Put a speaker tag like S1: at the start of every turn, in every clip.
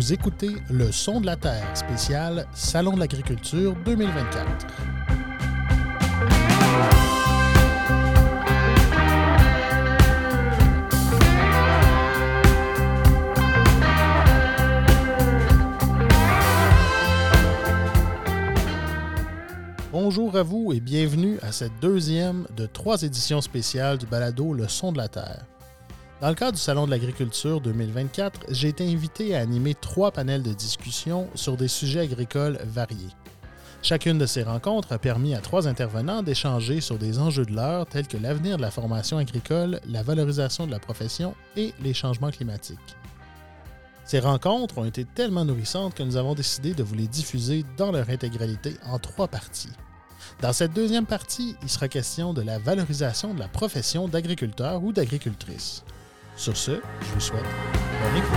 S1: Vous écoutez Le Son de la Terre, spécial Salon de l'agriculture 2024. Bonjour à vous et bienvenue à cette deuxième de 3 éditions spéciales du balado Le Son de la Terre. Dans le cadre du Salon de l'agriculture 2024, j'ai été invité à animer 3 panels de discussion sur des sujets agricoles variés. Chacune de ces rencontres a permis à 3 intervenants d'échanger sur des enjeux de l'heure tels que l'avenir de la formation agricole, la valorisation de la profession et les changements climatiques. Ces rencontres ont été tellement nourrissantes que nous avons décidé de vous les diffuser dans leur intégralité en 3 parties. Dans cette deuxième partie, il sera question de la valorisation de la profession d'agriculteur ou d'agricultrice. Sur ce, je vous souhaite bonne écoute.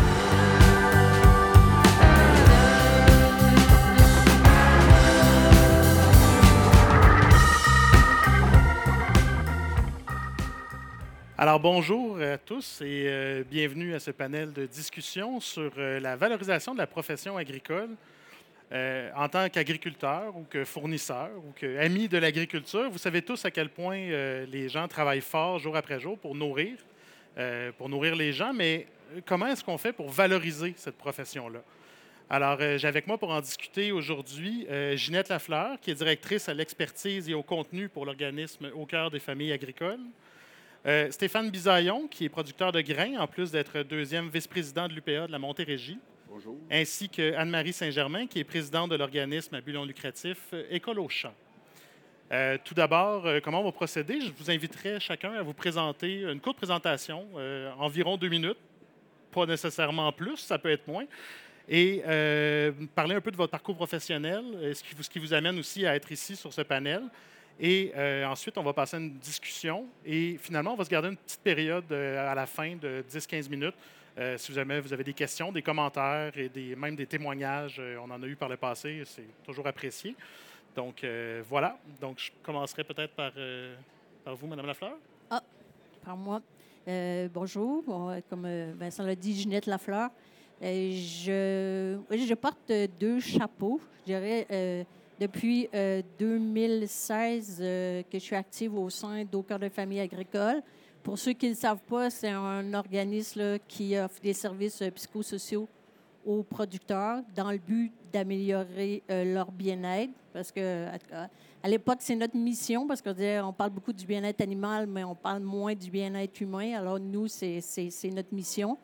S2: Alors bonjour à tous et bienvenue à ce panel de discussion sur la valorisation de la profession agricole en tant qu'agriculteur ou que fournisseur ou qu'ami de l'agriculture. Vous savez tous à quel point les gens travaillent fort jour après jour pour nourrir les gens, mais comment est-ce qu'on fait pour valoriser cette profession-là? Alors, j'ai avec moi pour en discuter aujourd'hui Ginette Lafleur, qui est directrice à l'expertise et au contenu pour l'organisme Au cœur des familles agricoles. Stéphane Bisaillon, qui est producteur de grains, en plus d'être deuxième vice-président de l'UPA de la Montérégie.
S3: Bonjour.
S2: Ainsi que Anne-Marie Saint-Germain, qui est présidente de l'organisme à but non lucratif École-aux-Champs. Tout d'abord, comment on va procéder? Je vous inviterai chacun à vous présenter une courte présentation, environ 2 minutes, pas nécessairement plus, ça peut être moins, et parler un peu de votre parcours professionnel, ce qui vous amène aussi à être ici sur ce panel. Et ensuite, on va passer à une discussion et finalement, on va se garder une petite période à la fin de 10-15 minutes. Si jamais vous avez des questions, des commentaires et même des témoignages, on en a eu par le passé, c'est toujours apprécié. Donc, voilà. Donc, je commencerai peut-être par vous, Mme Lafleur.
S4: Ah, par moi. Bonjour. Bon, comme Vincent l'a dit, Ginette Lafleur. Je porte 2 chapeaux, je dirais. Depuis 2016 que je suis active au sein d'Au cœur de famille agricole. Pour ceux qui ne le savent pas, c'est un organisme là, qui offre des services psychosociaux aux producteurs dans le but d'améliorer leur bien-être. Parce que à l'époque, c'est notre mission, parce qu'on parle beaucoup du bien-être animal, mais on parle moins du bien-être humain. Alors nous, c'est notre mission.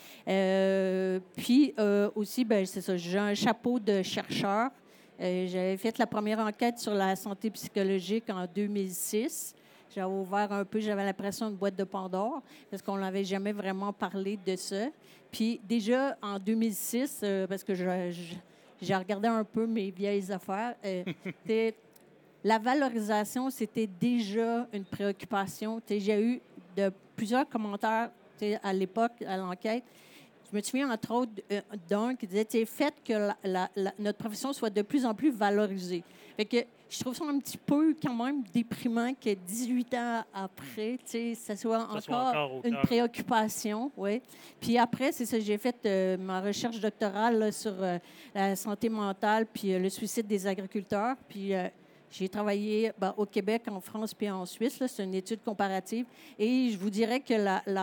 S4: Puis aussi, c'est ça, j'ai un chapeau de chercheur. J'avais fait la première enquête sur la santé psychologique en 2006. J'avais ouvert un peu, j'avais l'impression une boîte de Pandore, parce qu'on n'avait jamais vraiment parlé de ça. Puis déjà, en 2006, parce que j'ai regardé un peu mes vieilles affaires, la valorisation, c'était déjà une préoccupation. J'ai eu plusieurs commentaires à l'époque, à l'enquête. Je me souviens, entre autres, d'un qui disait « Faites que notre profession soit de plus en plus valorisée ». Fait que je trouve ça un petit peu quand même déprimant que 18 ans après, ça soit encore une préoccupation. Ouais. Puis après, c'est ça, j'ai fait ma recherche doctorale là, sur la santé mentale puis le suicide des agriculteurs. Puis j'ai travaillé au Québec, en France puis en Suisse. Là, c'est une étude comparative. Et je vous dirais que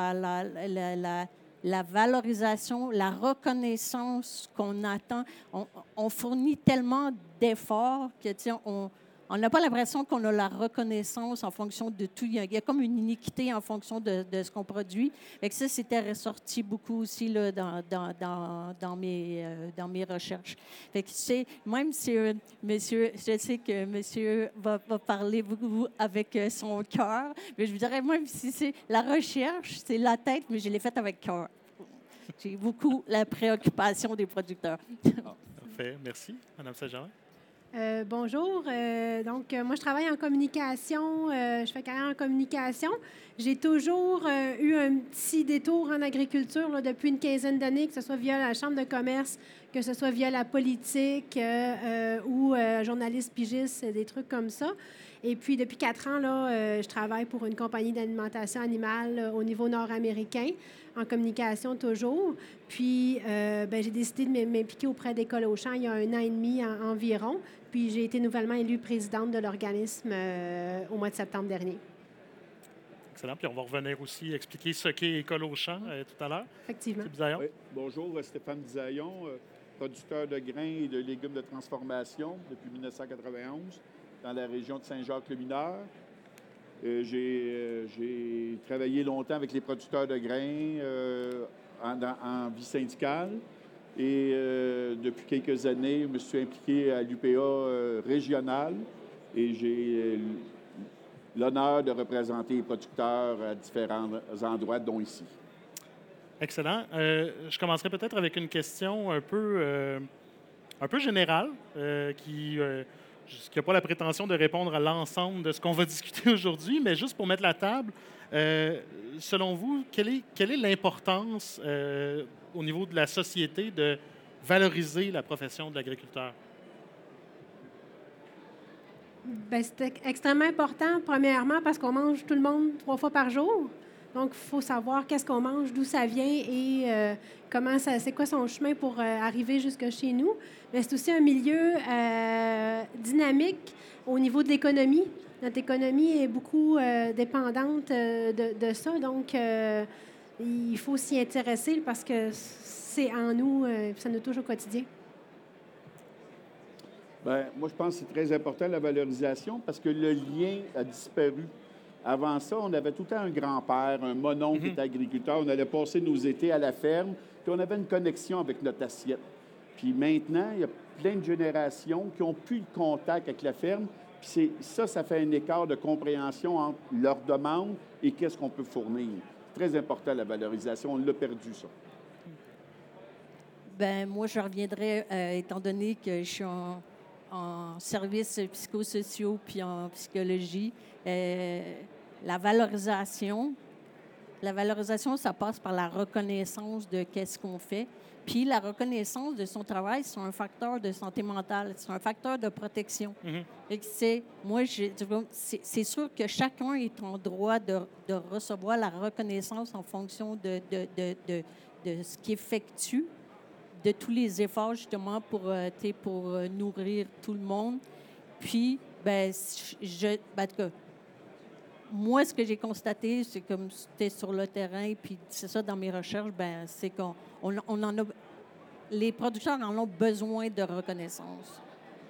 S4: la valorisation, la reconnaissance qu'on attend. On fournit tellement d'efforts que on n'a pas l'impression qu'on a la reconnaissance en fonction de tout. Il y a comme une iniquité en fonction de ce qu'on produit. Et que ça, c'était ressorti beaucoup aussi là, dans mes recherches. Fait que, même si monsieur, je sais que monsieur va parler beaucoup avec son cœur, mais je vous dirais, même si c'est la recherche, c'est la tête, mais je l'ai faite avec cœur. J'ai beaucoup la préoccupation des producteurs.
S2: Parfait. Merci. Mme Saint-Germain.
S5: Bonjour. Moi, je travaille en communication. Je fais carrière en communication. J'ai toujours eu un petit détour en agriculture là, depuis une quinzaine d'années, que ce soit via la Chambre de commerce, que ce soit via la politique ou journaliste pigiste, des trucs comme ça. Et puis, depuis 4 ans, là, je travaille pour une compagnie d'alimentation animale au niveau nord-américain, en communication toujours. Puis, j'ai décidé de m'impliquer auprès d'École Auchan il y a 1 an et demi environ. Puis, j'ai été nouvellement élue présidente de l'organisme au mois de septembre dernier.
S2: Excellent. Puis on va revenir aussi expliquer ce qu'est École Auchan tout à l'heure.
S5: Effectivement.
S2: Bisaillon.
S3: Oui. Bonjour, Stéphane Bisaillon, producteur de grains et de légumes de transformation depuis 1991 dans la région de Saint-Jacques-le-Mineur. J'ai travaillé longtemps avec les producteurs de grains en vie syndicale. Et depuis quelques années, je me suis impliqué à l'UPA régionale et j'ai l'honneur de représenter les producteurs à différents endroits, dont ici.
S2: Excellent. Je commencerai peut-être avec une question un peu générale qui n'a pas la prétention de répondre à l'ensemble de ce qu'on va discuter aujourd'hui, mais juste pour mettre la table, selon vous, quelle est l'importance au niveau de la société de valoriser la profession de l'agriculteur?
S5: Bien, c'est extrêmement important, premièrement, parce qu'on mange tout le monde 3 fois par jour. Donc, il faut savoir qu'est-ce qu'on mange, d'où ça vient et c'est quoi son chemin pour arriver jusque chez nous. Mais c'est aussi un milieu dynamique au niveau de l'économie. Notre économie est beaucoup dépendante de ça. Donc, il faut s'y intéresser parce que c'est en nous, ça nous touche au quotidien.
S3: Bien, moi, je pense que c'est très important, la valorisation, parce que le lien a disparu. Avant ça, on avait tout le temps un grand-père, un mononcle qui était agriculteur. On allait passer nos étés à la ferme, puis on avait une connexion avec notre assiette. Puis maintenant, il y a plein de générations qui n'ont plus de contact avec la ferme. Puis ça fait un écart de compréhension entre leurs demandes et qu'est-ce qu'on peut fournir. C'est très important, la valorisation. On l'a perdu, ça.
S4: Bien, moi, je reviendrai, étant donné que je suis en services psychosociaux puis en psychologie. La valorisation, ça passe par la reconnaissance de qu'est-ce qu'on fait. Puis la reconnaissance de son travail, c'est un facteur de santé mentale, c'est un facteur de protection. C'est sûr que chacun est en droit de recevoir la reconnaissance en fonction de ce qu'il effectue, de tous les efforts, justement, pour nourrir tout le monde. Puis, en tout cas, moi, ce que j'ai constaté, c'est comme c'était sur le terrain, puis c'est ça dans mes recherches, c'est qu'on en a... Les producteurs en ont besoin de reconnaissance.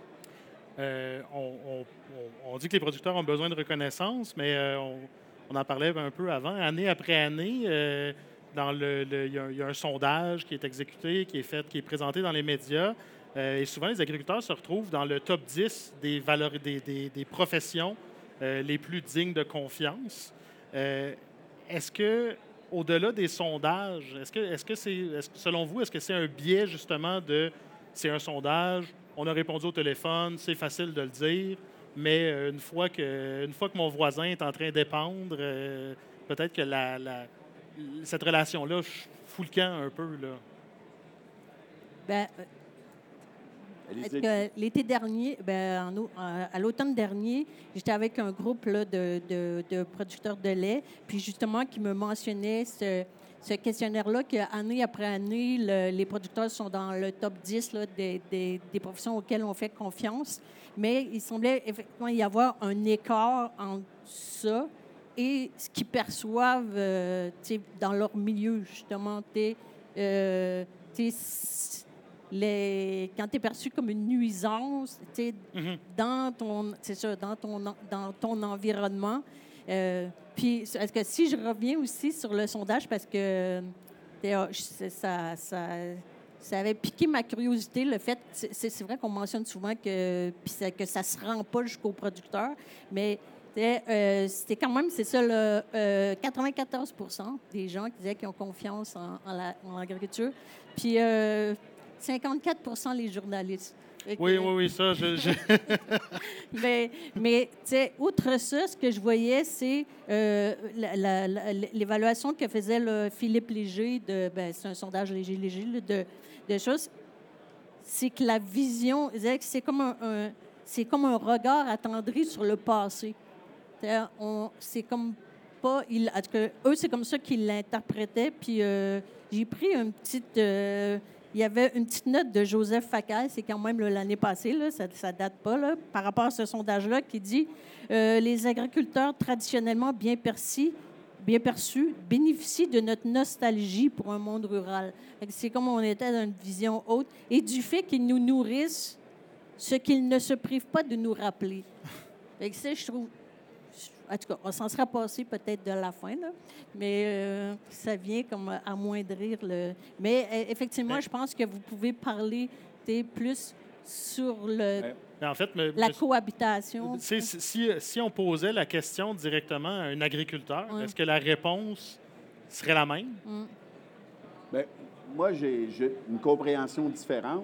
S2: On dit que les producteurs ont besoin de reconnaissance, mais on en parlait un peu avant. Année après année, il y a un sondage qui est exécuté, qui est présenté dans les médias. Et souvent, les agriculteurs se retrouvent dans le top 10 des professions les plus dignes de confiance. Est-ce que, au-delà des sondages, selon vous, est-ce que c'est un biais, justement, c'est un sondage, on a répondu au téléphone, c'est facile de le dire, mais une fois que mon voisin est en train d'épandre, peut-être que cette relation-là fout le camp un peu, là?
S4: L'été dernier, à l'automne dernier, j'étais avec un groupe là, de producteurs de lait, puis justement qui me mentionnait ce questionnaire-là, qu'année après année, les producteurs sont dans le top 10 là, des professions auxquelles on fait confiance. Mais il semblait effectivement y avoir un écart entre ça et ce qu'ils perçoivent dans leur milieu, justement. Quand tu es perçu comme une nuisance dans ton environnement. Puis, est-ce que si je reviens aussi sur le sondage, parce que ça avait piqué ma curiosité, le fait, c'est vrai qu'on mentionne souvent que ça ne se rend pas jusqu'au producteur, mais c'était quand même, c'est ça, 94 % des gens qui disaient qu'ils ont confiance en l'agriculture. Puis 54 % les journalistes.
S2: Oui, ça,
S4: mais tu sais, outre ça, ce que je voyais, c'est l'évaluation que faisait Philippe Léger, c'est un sondage léger de choses. c'est que la vision, c'est c'est comme un regard attendri sur le passé. C'est comme pas... En tout cas, eux, c'est comme ça qu'ils l'interprétaient. Puis j'ai pris une petite... il y avait une petite note de Joseph Facal, c'est quand même l'année passée, là, ça ne date pas, là, par rapport à ce sondage-là, qui dit les agriculteurs traditionnellement bien perçus bénéficient de notre nostalgie pour un monde rural. C'est comme on était dans une vision haute et du fait qu'ils nous nourrissent ce qu'ils ne se privent pas de nous rappeler. Fait que ça, je trouve... En tout cas, on s'en sera passé peut-être de la fin, là, mais ça vient comme amoindrir le... Mais effectivement, je pense que vous pouvez parler plus sur
S2: en fait,
S4: la cohabitation.
S2: Si on posait la question directement à un agriculteur, est-ce que la réponse serait la même?
S3: Bien, moi, j'ai une compréhension différente.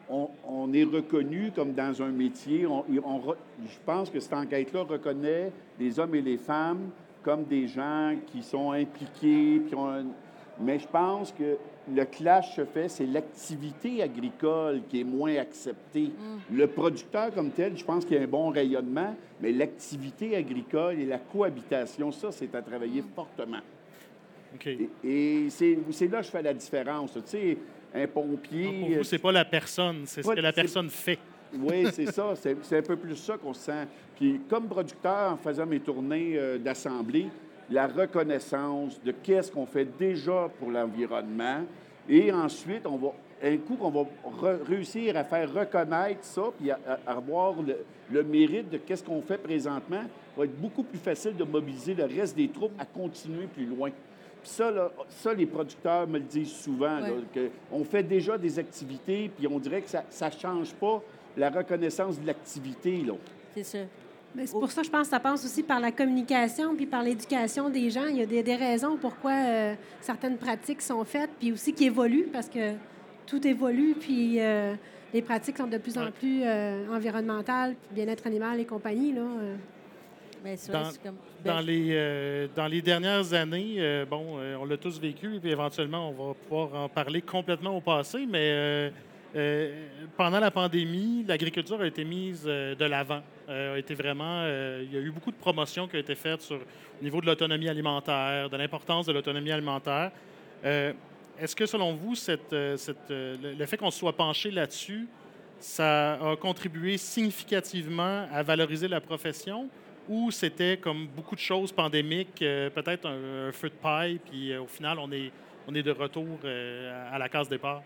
S3: On est reconnu comme dans un métier. Je pense que cette enquête-là reconnaît les hommes et les femmes comme des gens qui sont impliqués. Mais je pense que le clash se fait, c'est l'activité agricole qui est moins acceptée. Le producteur comme tel, je pense qu'il y a un bon rayonnement, mais l'activité agricole et la cohabitation, ça, c'est à travailler fortement.
S2: Okay.
S3: Et c'est là que je fais la différence. Tu sais, un pompier...
S2: Donc pour vous, c'est pas la personne, c'est ce que la personne fait.
S3: Oui, c'est ça. C'est un peu plus ça qu'on sent. Puis comme producteur, en faisant mes tournées d'assemblée, la reconnaissance de qu'est-ce qu'on fait déjà pour l'environnement. Et ensuite, on va réussir à faire reconnaître ça, puis à avoir le mérite de qu'est-ce qu'on fait présentement, va être beaucoup plus facile de mobiliser le reste des troupes à continuer plus loin. Puis ça, les producteurs me le disent souvent, on fait déjà des activités, puis on dirait que ça ne change pas la reconnaissance de l'activité, là.
S4: C'est ça.
S5: Mais c'est pour ça, je pense que ça passe aussi par la communication puis par l'éducation des gens. Il y a des raisons pourquoi certaines pratiques sont faites, puis aussi qui évoluent, parce que tout évolue, puis les pratiques sont de plus en plus environnementales, puis bien-être animal et compagnie, là.
S4: Mais ça,
S2: dans les dernières années, on l'a tous vécu, et puis éventuellement, on va pouvoir en parler complètement au passé, mais pendant la pandémie, l'agriculture a été mise de l'avant. Il y a eu beaucoup de promotions qui ont été faites au niveau de l'autonomie alimentaire, de l'importance de l'autonomie alimentaire. Est-ce que, selon vous, le fait qu'on se soit penché là-dessus, ça a contribué significativement à valoriser la profession, ou c'était, comme beaucoup de choses pandémiques, peut-être un feu de paille, puis au final, on est de retour à la case départ?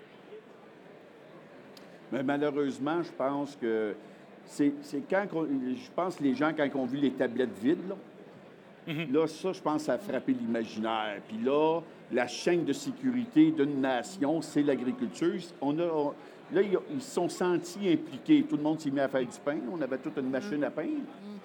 S3: Mais malheureusement, je pense que c'est je pense que les gens, quand ils ont vu les tablettes vides, là, ça, je pense, ça a frappé l'imaginaire. Puis là, la chaîne de sécurité d'une nation, c'est l'agriculture. Là, ils se sont sentis impliqués. Tout le monde s'est mis à faire du pain. On avait toute une machine à pain.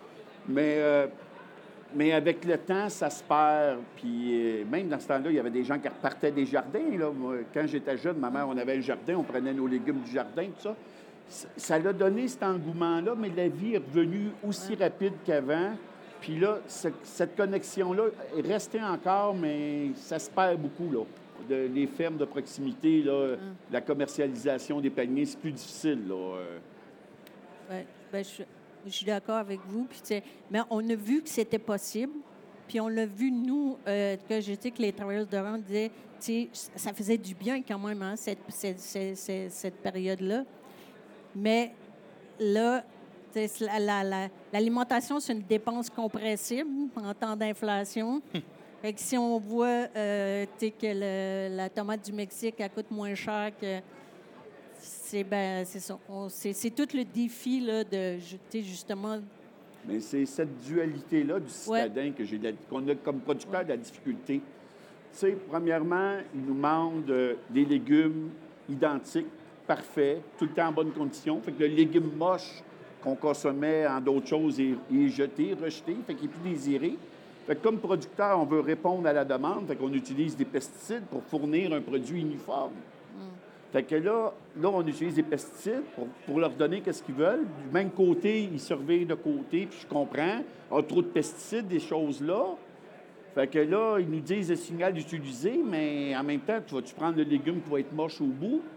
S3: Mais avec le temps, ça se perd. Puis même dans ce temps-là, il y avait des gens qui repartaient des jardins. Là. Moi, quand j'étais jeune, ma mère, on avait le jardin, on prenait nos légumes du jardin, tout ça. Ça l'a donné cet engouement-là, mais la vie est revenue aussi rapide qu'avant. Puis là, cette connexion-là est restée encore, mais ça se perd beaucoup, là. Les fermes de proximité, là, la commercialisation des paniers, c'est plus difficile, là.
S4: Oui, bien, je suis d'accord avec vous. Puis, mais on a vu que c'était possible. Puis on l'a vu, nous, que je sais que les travailleurs de rang disaient, ça faisait du bien quand même, hein, cette période-là. Mais là, l'alimentation, c'est une dépense compressible en temps d'inflation. Fait que si on voit que la tomate du Mexique, elle coûte moins cher que... c'est ça. C'est tout le défi là, de justement...
S3: Mais c'est cette dualité-là du citadin qu'on a comme producteur de la difficulté. Tu sais, premièrement, ils nous demandent des légumes identiques, parfaits, tout le temps en bonne condition. Fait que le légume moche qu'on consommait en d'autres choses est jeté, rejeté, fait qu'il n'est plus désiré. Fait que comme producteur, on veut répondre à la demande, fait qu'on utilise des pesticides pour fournir un produit uniforme. Fait que là, on utilise des pesticides pour leur donner ce qu'ils veulent. Du même côté, ils surveillent de côté, puis je comprends. On a trop de pesticides, des choses-là. Fait que là, ils nous disent le signal d'utiliser, mais en même temps, tu vas-tu prendre le légume qui va être moche au bout?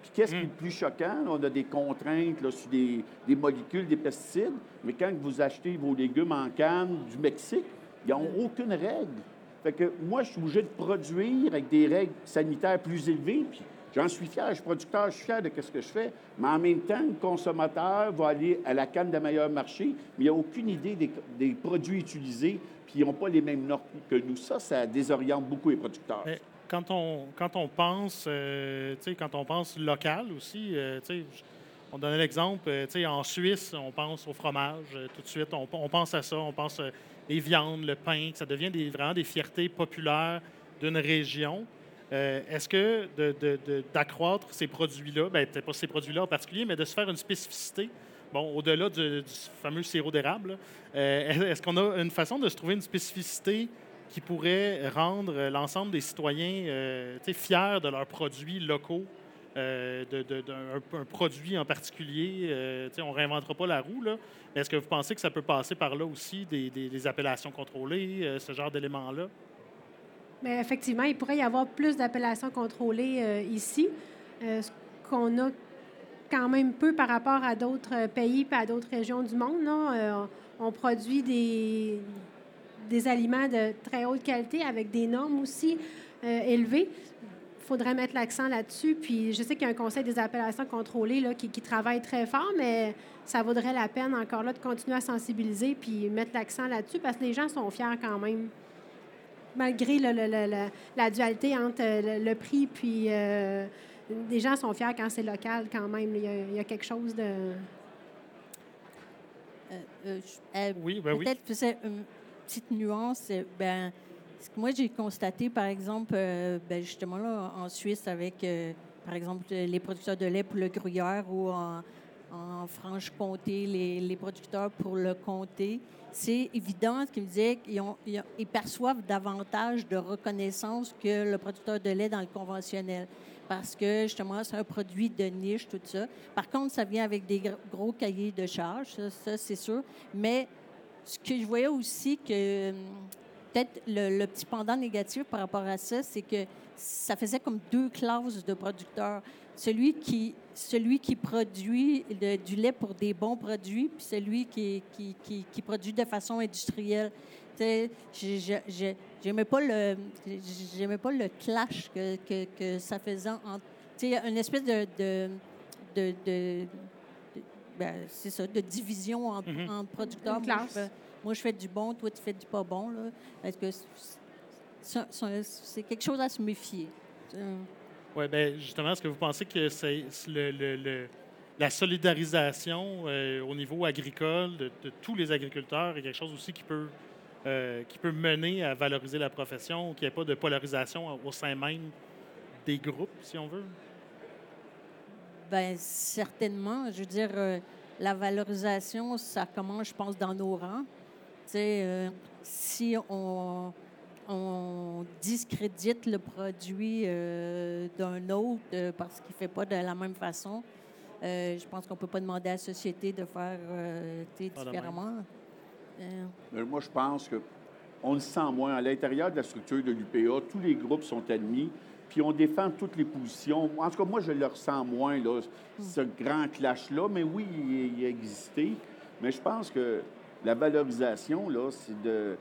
S3: Puis qu'est-ce qui est le plus choquant? On a des contraintes là, sur des molécules, des pesticides, mais quand vous achetez vos légumes en canne du Mexique, ils n'ont aucune règle. Fait que moi, je suis obligé de produire avec des règles sanitaires plus élevées, puis j'en suis fier, je suis producteur, je suis fier de ce que je fais, mais en même temps, le consommateur va aller à la canne de meilleur marché, mais il n'a aucune idée des produits utilisés, puis ils n'ont pas les mêmes normes que nous. Ça désoriente beaucoup les producteurs.
S2: Mais quand on pense, quand on pense local aussi, on donnait l'exemple, en Suisse, on pense au fromage tout de suite, on pense à ça, on pense les viandes, le pain, que ça devient vraiment des fiertés populaires d'une région. Est-ce que d'accroître ces produits-là, peut-être pas ces produits-là en particulier, mais de se faire une spécificité, au-delà du fameux sirop d'érable, est-ce qu'on a une façon de se trouver une spécificité qui pourrait rendre l'ensemble des citoyens fiers de leurs produits locaux, d'un produit en particulier? On ne réinventera pas la roue, là. Mais est-ce que vous pensez que ça peut passer par là aussi, des appellations contrôlées, ce genre d'éléments-là?
S5: Bien, effectivement, il pourrait y avoir plus d'appellations contrôlées ici, ce qu'on a quand même peu par rapport à d'autres pays et à d'autres régions du monde. Là. On produit des aliments de très haute qualité avec des normes aussi élevées. Il faudrait mettre l'accent là-dessus. Puis je sais qu'il y a un conseil des appellations contrôlées là, qui travaille très fort, mais ça vaudrait la peine encore là de continuer à sensibiliser puis mettre l'accent là-dessus parce que les gens sont fiers quand même. Malgré la dualité entre le prix puis les gens sont fiers quand c'est local quand même. Il y a quelque chose de...
S2: Oui.
S4: Peut-être une petite nuance. Ce que moi, j'ai constaté, par exemple, justement là, en Suisse, avec, par exemple, les producteurs de lait pour le gruyère ou en Franche-Comté, les producteurs pour le comté, c'est évident qu'ils me disaient qu'ils perçoivent davantage de reconnaissance que le producteur de lait dans le conventionnel. Parce que, justement, c'est un produit de niche, tout ça. Par contre, ça vient avec des gros cahiers de charges, ça c'est sûr. Mais ce que je voyais aussi, que peut-être le petit pendant négatif par rapport à ça, c'est que ça faisait comme deux classes de producteurs. Celui qui produit du lait pour des bons produits, puis celui qui produit de façon industrielle. J'aimais pas le clash que ça faisait entre, une espèce c'est ça, de division entre producteurs. Moi, je fais du bon, toi, tu fais du pas bon. Là. Est-ce que c'est quelque chose à se méfier?
S2: Oui, bien, justement, est-ce que vous pensez que c'est la solidarisation au niveau agricole de tous les agriculteurs est quelque chose aussi qui peut mener à valoriser la profession, qu'il n'y ait pas de polarisation au sein même des groupes, si on veut?
S4: Bien, certainement. Je veux dire, la valorisation, ça commence, je pense, dans nos rangs. Si on discrédite le produit d'un autre parce qu'il ne fait pas de la même façon, je pense qu'on ne peut pas demander à la société de faire différemment.
S3: Moi, je pense qu'on le sent moins. À l'intérieur de la structure de l'UPA, tous les groupes sont admis, puis on défend toutes les positions. En tout cas, moi, je le ressens moins, là, ce grand clash-là. Mais oui, il a existé. Mais je pense que la valorisation, là, c'est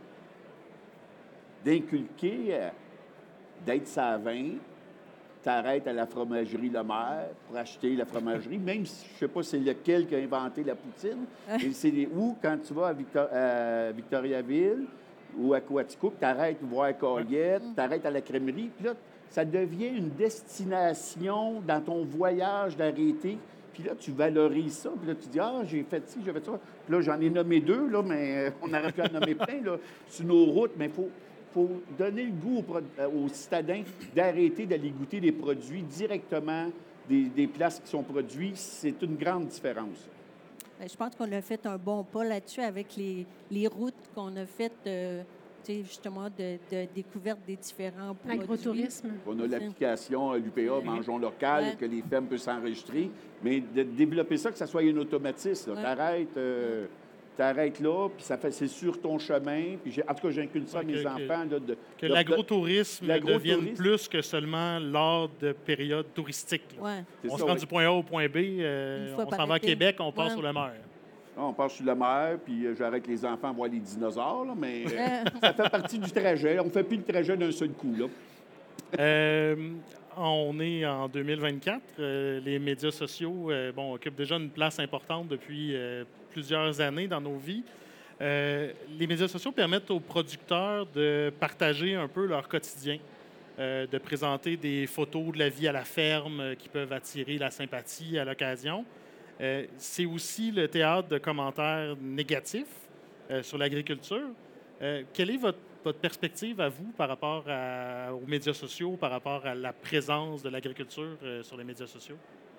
S3: d'inculquer, d'être savin, t'arrêtes à la fromagerie Le Maire pour acheter la fromagerie, même si je ne sais pas c'est lequel qui a inventé la poutine. Ou quand tu vas à Victoriaville ou à Coaticook, t'arrêtes voir Coyette, t'arrêtes à la crèmerie, puis là, ça devient une destination dans ton voyage d'arrêter. Puis là, tu valorises ça. Puis là, tu dis, j'ai fait ci, j'ai fait ça. Puis là, j'en ai nommé deux, là, mais on aurait pu en nommer plein, là, sur nos routes. Mais il faut donner le goût aux citadins d'arrêter d'aller goûter des produits directement des places qui sont produits. C'est une grande différence.
S4: Je pense qu'on a fait un bon pas là-dessus avec les routes qu'on a faites, justement, de découverte des différents produits.
S5: L'agrotourisme.
S3: On a l'application à l'UPA, Mangeons local, que les fermes peuvent s'enregistrer. Mais de développer ça, que ça soit un automatisme. T'arrêtes... Tu arrêtes là, puis c'est sur ton chemin. Puis en tout cas, j'inculque ça à mes enfants. Là,
S2: que l'agrotourisme devienne plus que seulement lors de périodes touristiques.
S4: Ouais.
S2: On se rend du point A au point B, on s'en va à Québec, on passe sur la mer.
S3: On passe sur la mer, puis j'arrête les enfants à voir les dinosaures, là, mais ça fait partie du trajet. On ne fait plus le trajet d'un seul coup. Là.
S2: On est en 2024. Les médias sociaux occupent déjà une place importante depuis plusieurs années dans nos vies. Les médias sociaux permettent aux producteurs de partager un peu leur quotidien, de présenter des photos de la vie à la ferme qui peuvent attirer la sympathie à l'occasion. C'est aussi le théâtre de commentaires négatifs sur l'agriculture. Quelle est votre perspective à vous par rapport aux médias sociaux, par rapport à la présence de l'agriculture sur les médias sociaux?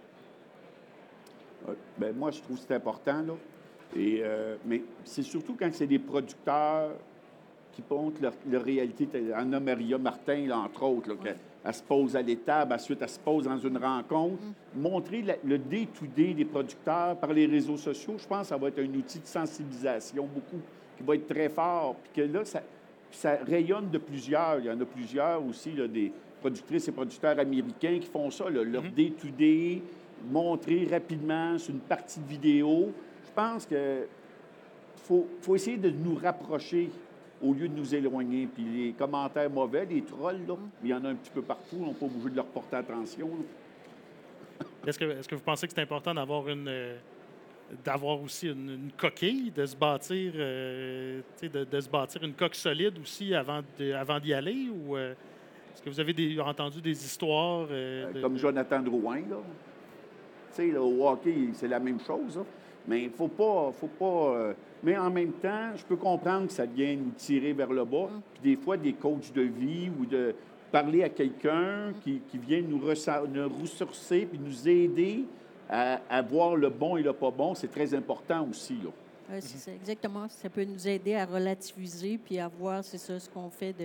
S3: Bien, moi, je trouve que c'est important, là. Mais c'est surtout quand c'est des producteurs qui montrent leur réalité. Anna Maria Martin, là, entre autres, là, elle se pose à l'étable, ensuite elle se pose dans une rencontre. Montrer le day-to-day des producteurs par les réseaux sociaux, je pense que ça va être un outil de sensibilisation beaucoup, qui va être très fort. Puis que là, ça rayonne de plusieurs. Il y en a plusieurs aussi, là, des productrices et producteurs américains qui font ça, là, leur day-to-day, montrer rapidement sur une partie de vidéo. Je pense que faut essayer de nous rapprocher au lieu de nous éloigner. Puis les commentaires mauvais, les trolls, là, il y en a un petit peu partout. On n'est pas obligé de leur porter attention.
S2: Est-ce que vous pensez que c'est important d'avoir aussi une coquille, de se bâtir, de se bâtir une coque solide aussi avant d'y aller? Ou est-ce que vous avez entendu des histoires?
S3: Comme Jonathan Drouin, là. Tu sais, au hockey, c'est la même chose, là. Mais il faut pas mais en même temps, je peux comprendre que ça vient nous tirer vers le bas. Puis des fois, des coachs de vie ou de parler à quelqu'un qui vient nous ressourcer puis nous aider à voir le bon et le pas bon, c'est très important aussi, là.
S4: Oui, c'est ça, exactement. Ça peut nous aider à relativiser puis à voir, c'est ça, ce qu'on fait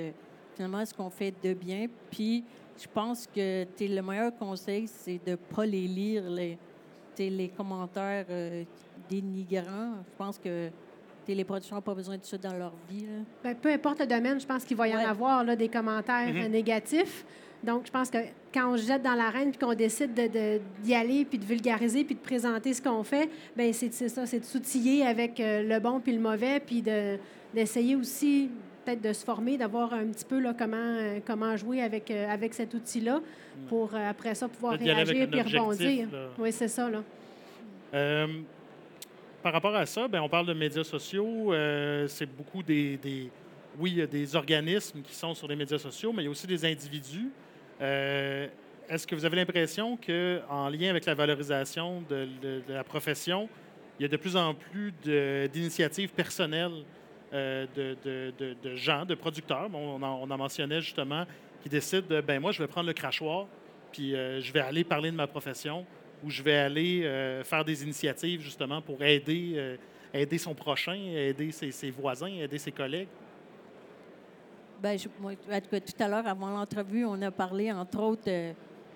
S4: de bien. Puis je pense que le meilleur conseil, c'est de ne pas les lire, les commentaires dénigrants. Je pense que les producteurs n'ont pas besoin de ça dans leur vie.
S5: Bien, peu importe le domaine, je pense qu'il va y en avoir là, des commentaires négatifs. Donc, je pense que quand on se jette dans l'arène puis qu'on décide d'y aller puis de vulgariser puis de présenter ce qu'on fait, bien, c'est ça, c'est de s'outiller avec le bon puis le mauvais puis d'essayer aussi peut-être de se former, d'avoir un petit peu là, comment jouer avec cet outil-là pour après ça pouvoir réagir puis rebondir. Oui, c'est ça, là.
S2: Par rapport à ça, bien, on parle de médias sociaux. C'est beaucoup il y a des organismes qui sont sur les médias sociaux, mais il y a aussi des individus. Est-ce que vous avez l'impression qu'en lien avec la valorisation de la profession, il y a de plus en plus d'initiatives personnelles de gens, de producteurs? On en mentionnait justement, qui décident moi, je vais prendre le crachoir, puis je vais aller parler de ma profession, ou je vais aller faire des initiatives justement pour aider son prochain, aider ses voisins, aider ses collègues?
S4: Bien, tout à l'heure, avant l'entrevue, on a parlé, entre autres,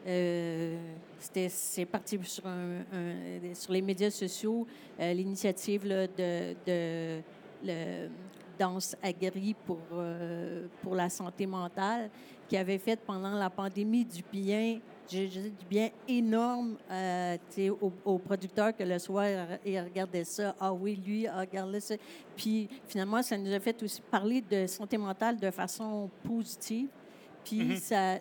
S4: c'est parti sur les médias sociaux, l'initiative là, de Danse Agri pour la santé mentale, qui avait fait pendant la pandémie du bien énorme aux producteurs que le soir, ils regardaient ça. Ah oui, lui, regardez ça. Puis finalement, ça nous a fait aussi parler de santé mentale de façon positive. Puis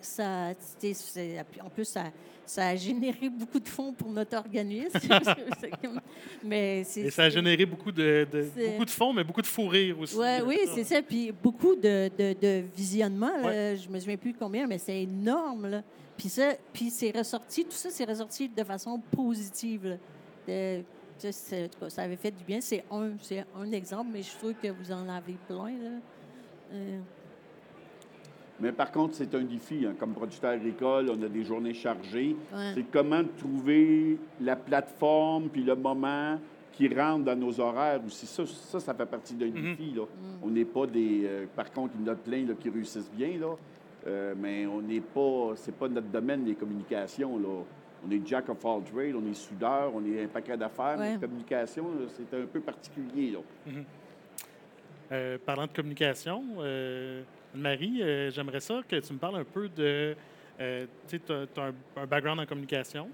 S4: en plus, ça a généré beaucoup de fonds pour notre organisme. Et
S2: ça a généré beaucoup de fonds, mais beaucoup de fou rire aussi.
S4: Oui, c'est ça. Puis beaucoup de visionnements. Je me souviens plus combien, mais c'est énorme, là. Puis c'est ressorti, tout ça, c'est ressorti de façon positive. Ça avait fait du bien. C'est un exemple, mais je suis sûre que vous en avez plein, là.
S3: Mais par contre, c'est un défi. Hein. Comme producteur agricole, on a des journées chargées.
S4: Ouais.
S3: C'est comment trouver la plateforme puis le moment qui rentre dans nos horaires aussi. Ça fait partie d'un défi. Là. On n'est pas des... par contre, il y en a plein là, qui réussissent bien, là. Mais on n'est pas... C'est pas notre domaine, les communications, là. on est jack of all trades, on est soudeur, on est un paquet d'affaires.
S4: Ouais.
S3: La communication, c'est un peu particulier. Là.
S2: Parlant de communication, Marie, j'aimerais ça que tu me parles un peu de... tu sais, tu as un background en communication.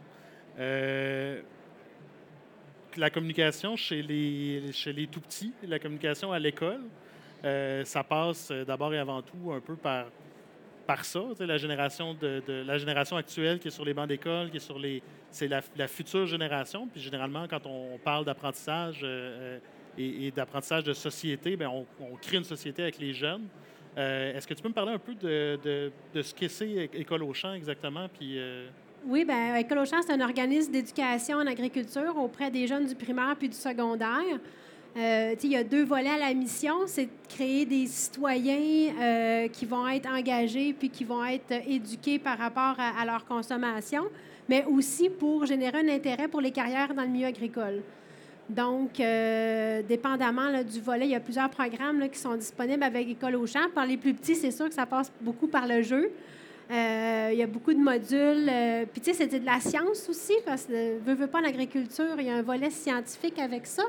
S2: La communication chez les tout-petits, la communication à l'école, ça passe d'abord et avant tout un peu par ça. Tu sais, la génération actuelle qui est sur les bancs d'école, c'est la future génération. Puis généralement, quand on parle d'apprentissage et d'apprentissage de société, bien, on crée une société avec les jeunes. Est-ce que tu peux me parler un peu de ce qu'est École aux champs exactement? Puis,
S5: Oui, bien, École aux champs, c'est un organisme d'éducation en agriculture auprès des jeunes du primaire puis du secondaire. Il y a 2 volets à la mission. C'est de créer des citoyens qui vont être engagés puis qui vont être éduqués par rapport à leur consommation, mais aussi pour générer un intérêt pour les carrières dans le milieu agricole. Donc, dépendamment là, du volet, il y a plusieurs programmes là, qui sont disponibles avec École aux champs. Par les plus petits, c'est sûr que ça passe beaucoup par le jeu. Il y a beaucoup de modules. Puis, tu sais, c'était de la science aussi, parce que, veut pas, en agriculture, il y a un volet scientifique avec ça,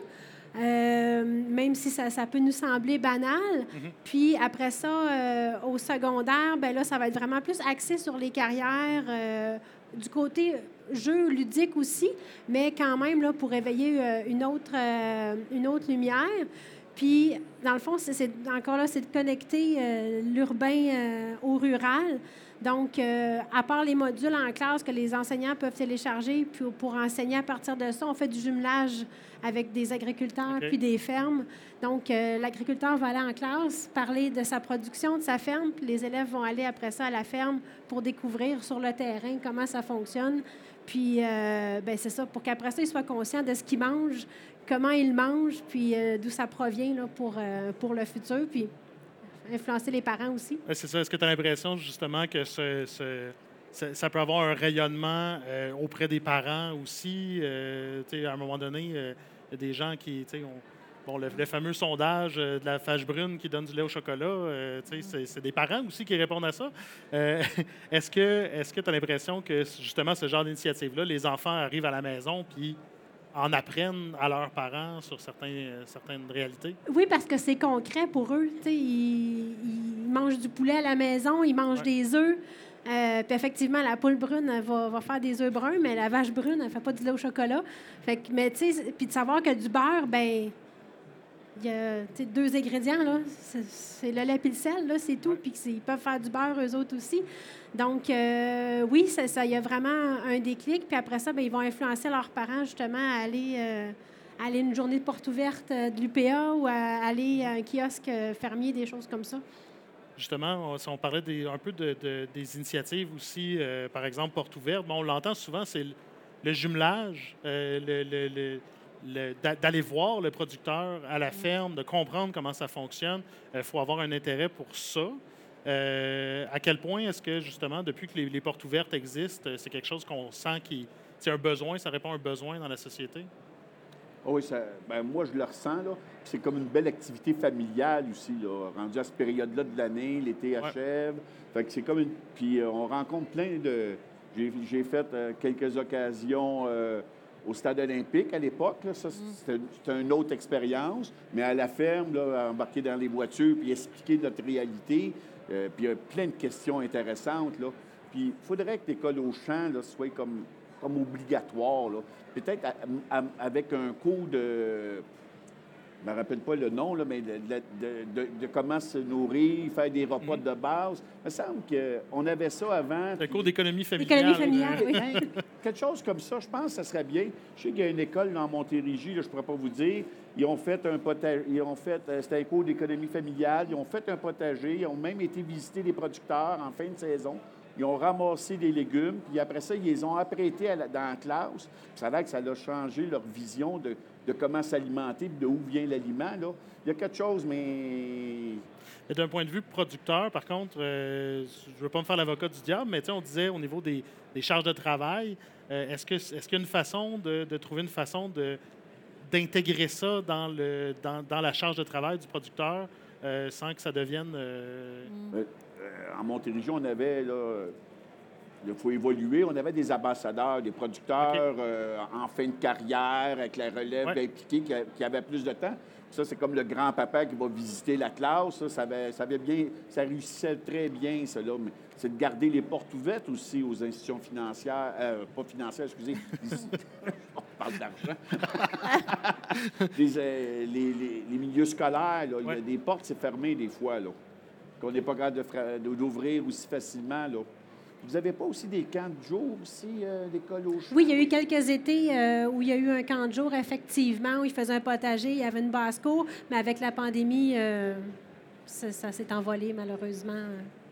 S5: même si ça peut nous sembler banal. Puis, après ça, au secondaire, bien là, ça va être vraiment plus axé sur les carrières, du côté jeu ludique aussi, mais quand même, là, pour éveiller une autre lumière. Puis, dans le fond, encore là, c'est de connecter l'urbain au rural. Donc, à part les modules en classe que les enseignants peuvent télécharger, puis pour enseigner à partir de ça, on fait du jumelage avec des agriculteurs puis des fermes. Donc, l'agriculteur va aller en classe, parler de sa production, de sa ferme, puis les élèves vont aller après ça à la ferme pour découvrir sur le terrain comment ça fonctionne. Puis, ben c'est ça, pour qu'après ça, ils soient conscients de ce qu'ils mangent, comment ils mangent, puis d'où ça provient là, pour le futur, puis influencer les parents aussi.
S2: c'est ça. Est-ce que tu as l'impression, justement, que ça peut avoir un rayonnement auprès des parents aussi? Tu sais, à un moment donné, il y a des gens qui, tu sais, bon, le fameux sondage de la fâche brune qui donne du lait au chocolat, tu sais, c'est des parents aussi qui répondent à ça. Est-ce que tu as l'impression que, justement, ce genre d'initiative-là, les enfants arrivent à la maison puis en apprennent à leurs parents sur certaines réalités?
S5: Oui, parce que c'est concret pour eux. Tu sais, ils mangent du poulet à la maison, ils mangent des œufs. Puis effectivement, la poule brune elle va faire des œufs bruns, mais la vache brune, elle ne fait pas du lait au chocolat. Fait que, mais tu sais, puis de savoir que du beurre, ben il y a 2 ingrédients, là. C'est le lait et le sel, là, c'est tout. Puis ils peuvent faire du beurre, eux autres aussi. Donc, oui, ça, il y a vraiment un déclic. Puis après ça, bien, ils vont influencer leurs parents, justement, à aller une journée de porte ouverte de l'UPA ou à aller à un kiosque fermier, des choses comme ça.
S2: Justement, si on parlait un peu des initiatives aussi, par exemple, porte ouverte, bon, on l'entend souvent, c'est le jumelage, d'aller voir le producteur à la ferme, de comprendre comment ça fonctionne. Il faut avoir un intérêt pour ça. À quel point est-ce que, justement, depuis que les portes ouvertes existent, c'est quelque chose qu'on sent c'est un besoin, ça répond à un besoin dans la société?
S3: Oh oui, moi, je le ressens. Là. C'est comme une belle activité familiale aussi, là, rendu à cette période-là de l'année, l'été achève. Fait que c'est comme une... Puis on rencontre plein de... J'ai fait quelques occasions au Stade olympique à l'époque. Là. Ça, c'était une autre expérience. Mais à la ferme, là, embarquer dans les voitures puis expliquer notre réalité. Puis il y a plein de questions intéressantes. Là. Puis il faudrait que l'École aux champs là, soit comme obligatoire. Là. Peut-être avec un cours de... Je ne me rappelle pas le nom, là, mais de comment se nourrir, faire des repas de base. Il me semble qu'on avait ça avant.
S2: Le cours d'économie familiale.
S5: Économie familiale, oui.
S3: Quelque chose comme ça, je pense que ça serait bien. Je sais qu'il y a une école dans Montérégie, là, je ne pourrais pas vous dire. Ils ont fait un potager. C'était un cours d'économie familiale. Ils ont fait un potager. Ils ont même été visiter les producteurs en fin de saison. Ils ont ramassé des légumes, puis après ça, ils les ont apprêtés dans la classe. Puis ça a l'air que ça a changé leur vision de comment s'alimenter, de où vient l'aliment. Là. Il y a quelque chose, mais...
S2: Et d'un point de vue producteur, par contre, je ne veux pas me faire l'avocat du diable, mais on disait au niveau des charges de travail, est-ce qu'il y a une façon de trouver une façon d'intégrer ça dans la charge de travail du producteur sans que ça devienne...
S3: En Montérégie, on avait là, Il faut évoluer. On avait des ambassadeurs, des producteurs en fin de carrière, avec la relève impliquée, qui avaient plus de temps. Ça, c'est comme le grand-papa qui va visiter la classe. Ça réussissait très bien, ça, là. Mais c'est de garder les portes ouvertes aussi aux institutions financières, pas financières, excusez. On parle d'argent. Les milieux scolaires, là, il y a des portes, c'est fermé des fois, là, qu'on n'est pas capable d'ouvrir aussi facilement, là. Vous n'avez pas aussi des camps de jour aussi, d'école au champ?
S5: Oui, il y a eu quelques étés où il y a eu un camp de jour, effectivement, où ils faisaient un potager, il y avait une basse-cour, mais avec la pandémie, ça s'est envolé, malheureusement.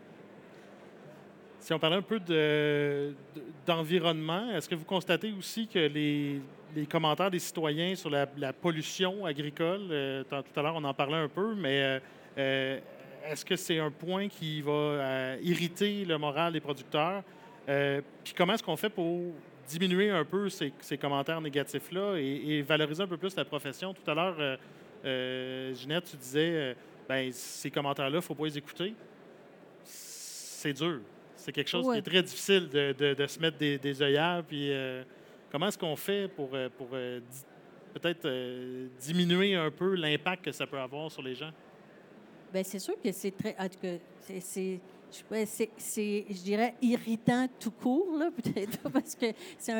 S2: Si on parlait un peu d'environnement, est-ce que vous constatez aussi que les commentaires des citoyens sur la pollution agricole, tout à l'heure on en parlait un peu, mais est-ce que c'est un point qui va irriter le moral des producteurs? Puis comment est-ce qu'on fait pour diminuer un peu ces commentaires négatifs-là et valoriser un peu plus la profession? Tout à l'heure, Ginette, tu disais, ces commentaires-là, il ne faut pas les écouter. C'est dur. C'est quelque chose qui est très difficile de se mettre des œillères. Puis comment est-ce qu'on fait pour peut-être diminuer un peu l'impact que ça peut avoir sur les gens?
S4: Bien, c'est sûr que c'est très... En tout cas, je dirais, irritant tout court, là, peut-être, parce que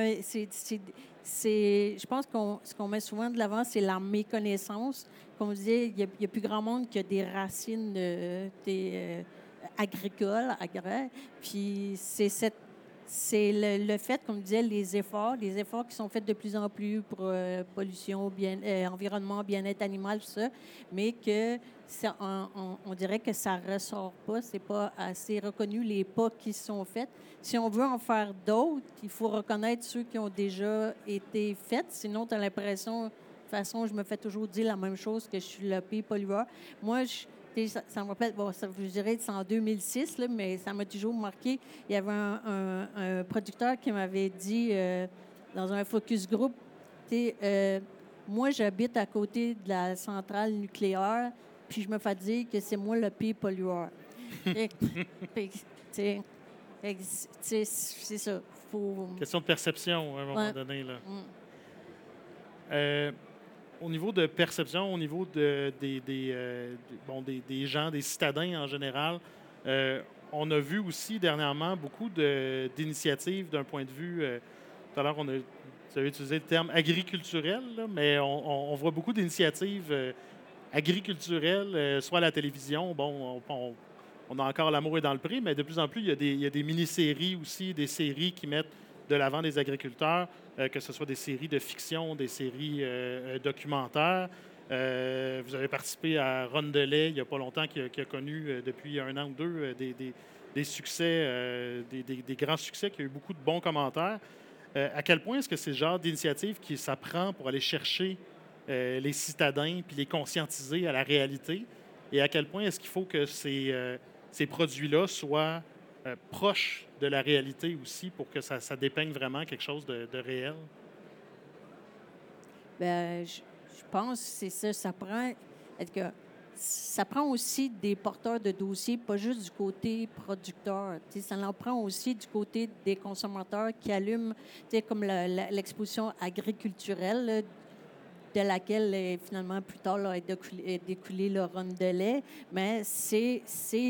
S4: je pense ce qu'on met souvent de l'avant, c'est la méconnaissance. Comme on disait, il n'y a plus grand monde qui a des racines agricoles, agraires. Puis c'est le fait, comme je disais, les efforts qui sont faits de plus en plus pour pollution, environnement, bien-être animal, tout ça, mais que on dirait que ça ne ressort pas, c'est pas assez reconnu les pas qui sont faits. Si on veut en faire d'autres, il faut reconnaître ceux qui ont déjà été faits, sinon tu as l'impression, de toute façon, je me fais toujours dire la même chose, que je suis le pire pollueur. Moi, ça me rappelle, bon, ça, je dirais que c'est en 2006, là, mais ça m'a toujours marqué. Il y avait un producteur qui m'avait dit dans un focus group, moi, j'habite à côté de la centrale nucléaire, puis je me fais dire que c'est moi le pire pollueur. C'est ça.
S2: Question de perception, à un moment donné. Là. Au niveau de perception, au niveau des gens, des citadins en général, on a vu aussi dernièrement beaucoup d'initiatives d'un point de vue... tout à l'heure, vous avez utilisé le terme agriculturel, là, mais on voit beaucoup d'initiatives agriculturelles, soit à la télévision. Bon, on a encore L'amour est dans le pré, mais de plus en plus, il y a des mini-séries aussi, des séries qui mettent de l'avant des agriculteurs, que ce soit des séries de fiction, des séries documentaires. Vous avez participé à Rondelet il n'y a pas longtemps, qui a connu depuis 1 an ou 2 des succès, des grands succès, qui a eu beaucoup de bons commentaires. À quel point est-ce que c'est le genre d'initiative qui s'apprend pour aller chercher les citadins puis les conscientiser à la réalité? Et à quel point est-ce qu'il faut que ces produits-là soient proches de la réalité aussi pour que ça dépeigne vraiment quelque chose de réel?
S4: Bien, je pense que c'est ça. Ça prend aussi des porteurs de dossiers, pas juste du côté producteur. Ça en prend aussi du côté des consommateurs qui allument, comme l'exposition agriculturelle, là, de laquelle, finalement, plus tard, là, est découlé le Rondelet. Mais c'est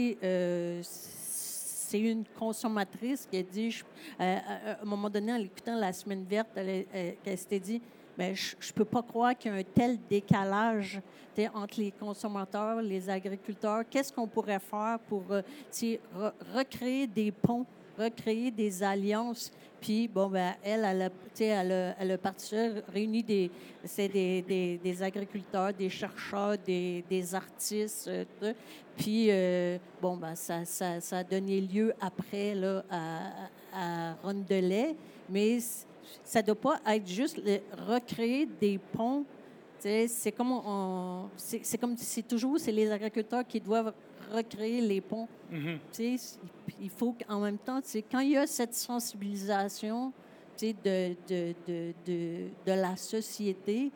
S4: une consommatrice qui a dit, à un moment donné, en l'écoutant La Semaine verte, elle s'était dit, bien, je ne peux pas croire qu'il y a un tel décalage entre les consommateurs, les agriculteurs. Qu'est-ce qu'on pourrait faire pour recréer des ponts, recréer des alliances? Puis, bon, ben, elle a parti réuni des agriculteurs, des chercheurs, des artistes, puis, bon, ben, ça a donné lieu après là, à Rondelet, mais ça ne doit pas être juste recréer des ponts. C'est comme c'est les agriculteurs qui doivent recréer les ponts. Mm-hmm. Il faut qu'en même temps, quand il y a cette sensibilisation de la société,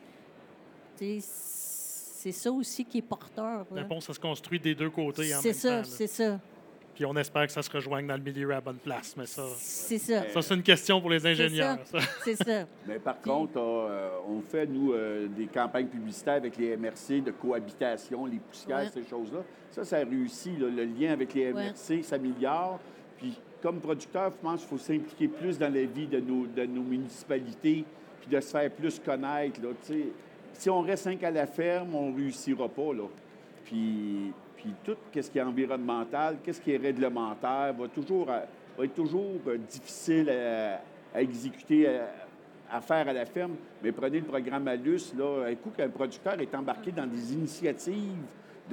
S4: c'est ça aussi qui est porteur.
S2: Le pont, ça se construit des deux côtés en même temps.
S4: C'est ça.
S2: Puis on espère que ça se rejoigne dans le milieu à la bonne place. Mais ça,
S4: C'est ça.
S2: ça c'est une question pour les ingénieurs. ça.
S4: C'est ça.
S3: Mais par contre, on fait, nous, des campagnes publicitaires avec les MRC de cohabitation, les poussières,
S4: Ouais.
S3: ces choses-là. Ça réussit. Là. Le lien avec les MRC s'améliore. Puis, comme producteur, je pense qu'il faut s'impliquer plus dans la vie de nos municipalités, puis de se faire plus connaître. Là, si on reste 5 à la ferme, on ne réussira pas. Là. Puis tout ce qui est environnemental, qu'est-ce qui est réglementaire, va être toujours difficile à exécuter, à faire à la ferme. Mais prenez le programme ALUS, là, un coup qu'un producteur est embarqué dans des initiatives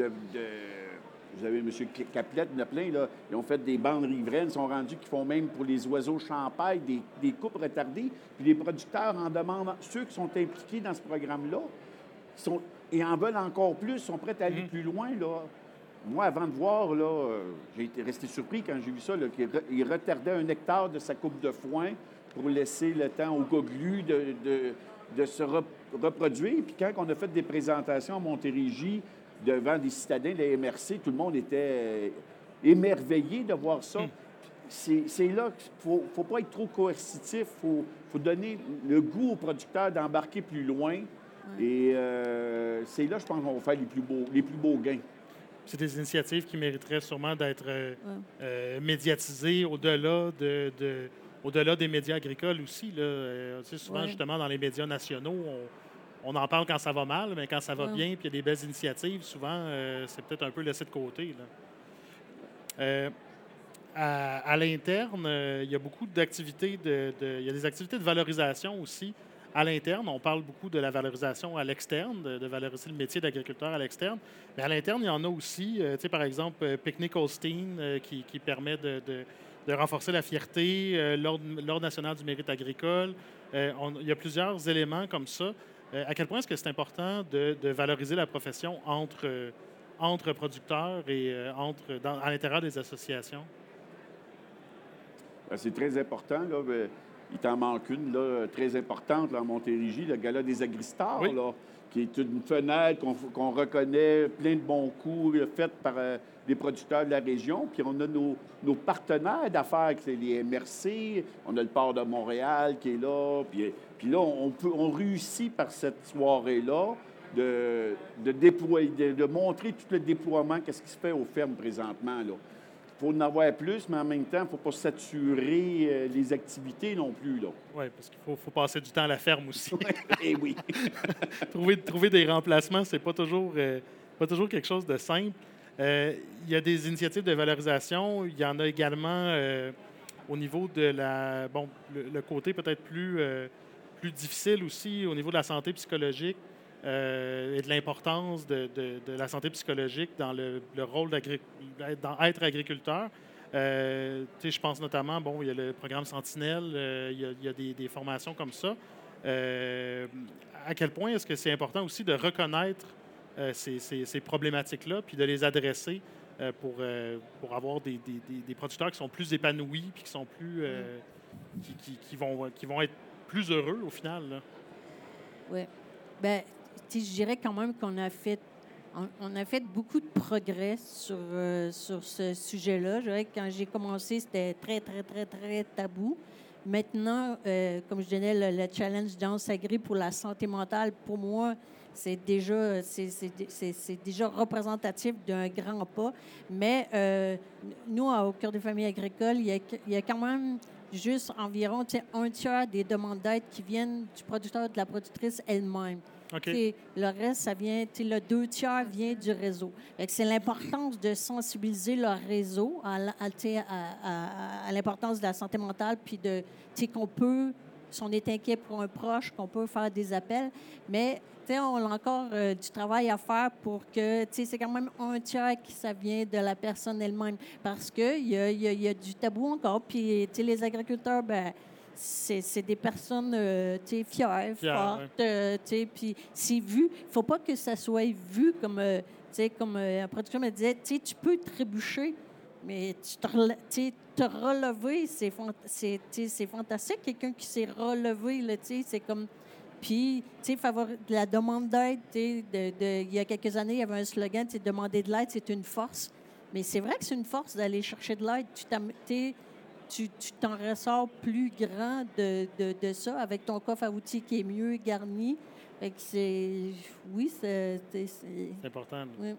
S3: vous avez M. Caplette, il y en a plein, là, ils ont fait des bandes riveraines, ils sont rendus qu'ils font même pour les oiseaux champêtres des coupes retardées. Puis les producteurs en demandent, ceux qui sont impliqués dans ce programme-là, et en veulent encore plus, sont prêts à aller plus loin, là. Moi, avant de voir, là, j'ai été resté surpris quand j'ai vu ça, là, qu'il retardait 1 hectare de sa coupe de foin pour laisser le temps aux goglus de se reproduire. Puis quand on a fait des présentations à Montérégie devant des citadins de la MRC, tout le monde était émerveillé de voir ça. C'est là qu'il ne faut pas être trop coercitif. Il faut donner le goût aux producteurs d'embarquer plus loin. Et c'est là, je pense, qu'on va faire les plus beaux gains.
S2: C'est des initiatives qui mériteraient sûrement d'être médiatisées au-delà des médias agricoles aussi. Là. Souvent, justement, dans les médias nationaux, on en parle quand ça va mal, mais quand ça va bien, puis il y a des belles initiatives, souvent, c'est peut-être un peu laissé de côté. Là. À l'interne, il y a beaucoup d'activités, il y a des activités de valorisation aussi. À l'interne, on parle beaucoup de la valorisation à l'externe, de valoriser le métier d'agriculteur à l'externe. Mais à l'interne, il y en a aussi, par exemple, Picnic Holstein, qui permet de renforcer la fierté, l'Ordre national du mérite agricole. Il y a plusieurs éléments comme ça. À quel point est-ce que c'est important de valoriser la profession entre producteurs et à l'intérieur des associations?
S3: C'est très important. Là. Il t'en manque une là, très importante là, en Montérégie, le Gala des Agristars, là, qui est une fenêtre qu'on reconnaît, plein de bons coups, faite par les producteurs de la région. Puis on a nos partenaires d'affaires, c'est les MRC, on a le port de Montréal qui est là. Puis là, on réussit par cette soirée-là de déployer, de montrer tout le déploiement, qu'est-ce qui se fait aux fermes présentement, là. Il faut en avoir plus, mais en même temps, il ne faut pas saturer les activités non plus.
S2: Oui, parce qu'il faut passer du temps à la ferme aussi.
S3: Eh oui.
S2: trouver des remplacements, c'est pas toujours quelque chose de simple. Il y a des initiatives de valorisation. Il y en a également au niveau de le côté peut-être plus difficile aussi, au niveau de la santé psychologique. Et de l'importance de la santé psychologique dans le rôle d'être agriculteur. Je pense notamment, il y a le programme Sentinelle, il y a des formations comme ça. À quel point est-ce que c'est important aussi de reconnaître ces problématiques-là puis de les adresser pour avoir des producteurs qui sont plus épanouis puis qui sont plus qui vont être plus heureux au final?
S4: Oui. Bien, je dirais quand même qu'on a fait beaucoup de progrès sur ce sujet-là. Je dirais que quand j'ai commencé, c'était très, très, très, très tabou. Maintenant, comme je donnais le challenge Danse Agri pour la santé mentale, pour moi, c'est déjà représentatif d'un grand pas. Mais nous, au Cœur des familles agricoles, il y a quand même juste environ 1/3 des demandes d'aide qui viennent du producteur et de la productrice elle-même.
S2: Okay.
S4: Le reste, ça vient, le 2/3 vient du réseau. C'est l'importance de sensibiliser leur réseau à l'importance de la santé mentale, puis qu'on peut, si on est inquiet pour un proche, qu'on peut faire des appels. Mais on a encore du travail à faire pour que, c'est quand même 1/3 qui ça vient de la personne elle-même. Parce qu'il y a du tabou encore. Puis, les agriculteurs, c'est des personnes fières, fortes. Ouais. Puis, c'est vu. Il ne faut pas que ça soit vu comme un producteur me disait, tu peux trébucher, mais te relever, c'est fantastique. Quelqu'un qui s'est relevé, c'est comme... Puis, la demande d'aide, il y a quelques années, il y avait un slogan, demander de l'aide, c'est une force. Mais c'est vrai que c'est une force d'aller chercher de l'aide. Tu t'en ressors plus grand de ça, avec ton coffre à outils qui est mieux garni. Fait que oui,
S2: C'est important.
S4: Oui.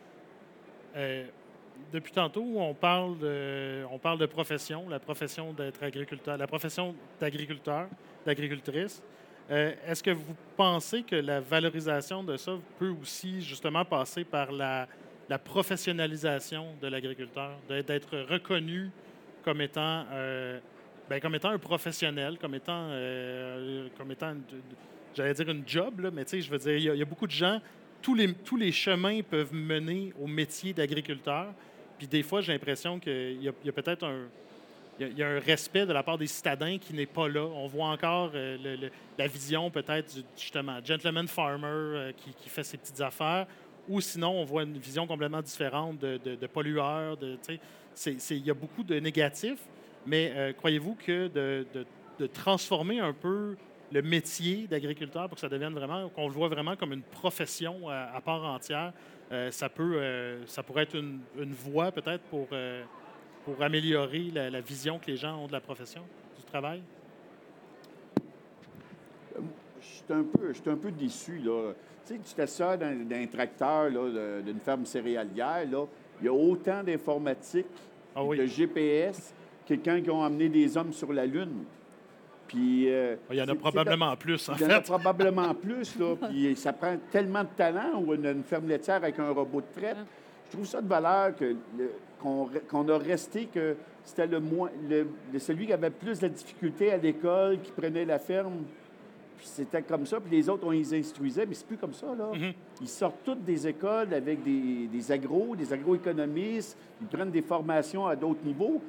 S2: Depuis tantôt, on parle de profession, la profession d'être agriculteur, la profession d'agriculteur, d'agricultrice. Est-ce que vous pensez que la valorisation de ça peut aussi justement passer par la professionnalisation de l'agriculteur, d'être reconnu comme étant, comme étant un professionnel, comme étant j'allais dire une job, là, mais tu sais, je veux dire, il y a beaucoup de gens, tous les chemins peuvent mener au métier d'agriculteur. Puis des fois, j'ai l'impression qu'il y a peut-être il y a un respect de la part des citadins qui n'est pas là. On voit encore la vision peut-être justement gentleman farmer qui fait ses petites affaires, ou sinon on voit une vision complètement différente de pollueur. Il y a beaucoup de négatifs, mais croyez-vous que de transformer un peu le métier d'agriculteur pour que ça devienne vraiment, qu'on le voit vraiment comme une profession à part entière, ça pourrait être une voie peut-être pour améliorer la vision que les gens ont de la profession, du travail?
S3: Je suis un peu déçu, là. Tu sais, tu t'assois dans un tracteur là, d'une ferme céréalière, là, il y a autant d'informatique, de GPS, que quand ils ont amené des hommes sur la Lune. Puis,
S2: il y en a probablement plus, en fait.
S3: Il y en a probablement plus, là. Puis ça prend tellement de talent, ou une ferme laitière avec un robot de traite. Je trouve ça de valeur qu'on a resté que c'était celui qui avait plus de difficultés à l'école, qui prenait la ferme. Puis c'était comme ça, puis les autres, on les instruisait, mais c'est plus comme ça, là.
S2: Mm-hmm.
S3: Ils sortent toutes des écoles avec des agroéconomistes, ils prennent des formations à d'autres niveaux.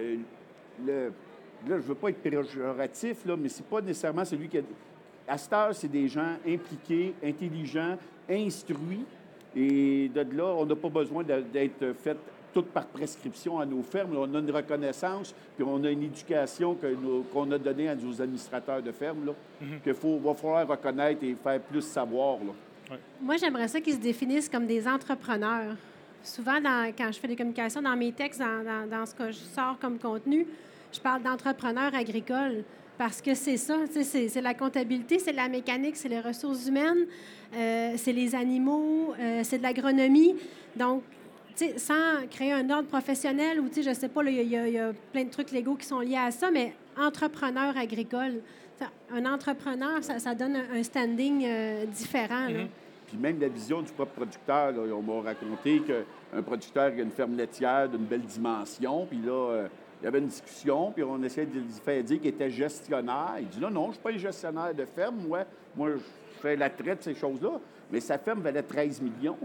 S3: Là, je ne veux pas être péjoratif, là, mais c'est pas nécessairement celui qui a... À cette heure, c'est des gens impliqués, intelligents, instruits. Et de là, on n'a pas besoin d'être fait tout par prescription à nos fermes. On a une reconnaissance, puis on a une éducation qu'on a donnée à nos administrateurs de ferme, là, qu'il va falloir reconnaître et faire plus savoir, là.
S2: Ouais.
S5: Moi, j'aimerais ça qu'ils se définissent comme des entrepreneurs. Souvent, quand je fais des communications dans mes textes, dans ce que je sors comme contenu, je parle d'entrepreneurs agricoles parce que c'est ça, c'est la comptabilité, c'est la mécanique, c'est les ressources humaines, c'est les animaux, c'est de l'agronomie. Donc, sans créer un ordre professionnel ou, je sais pas, il y a plein de trucs légaux qui sont liés à ça, mais entrepreneur agricole, un entrepreneur, ça donne un standing différent. Là.
S3: Puis même la vision du propre producteur, là, on m'a raconté qu'un producteur qui a une ferme laitière d'une belle dimension, puis là... il y avait une discussion, puis on essayait de lui faire dire qu'il était gestionnaire. Il dit non, je ne suis pas un gestionnaire de ferme. Moi, je fais la traite, ces choses-là. Mais sa ferme valait 13 millions.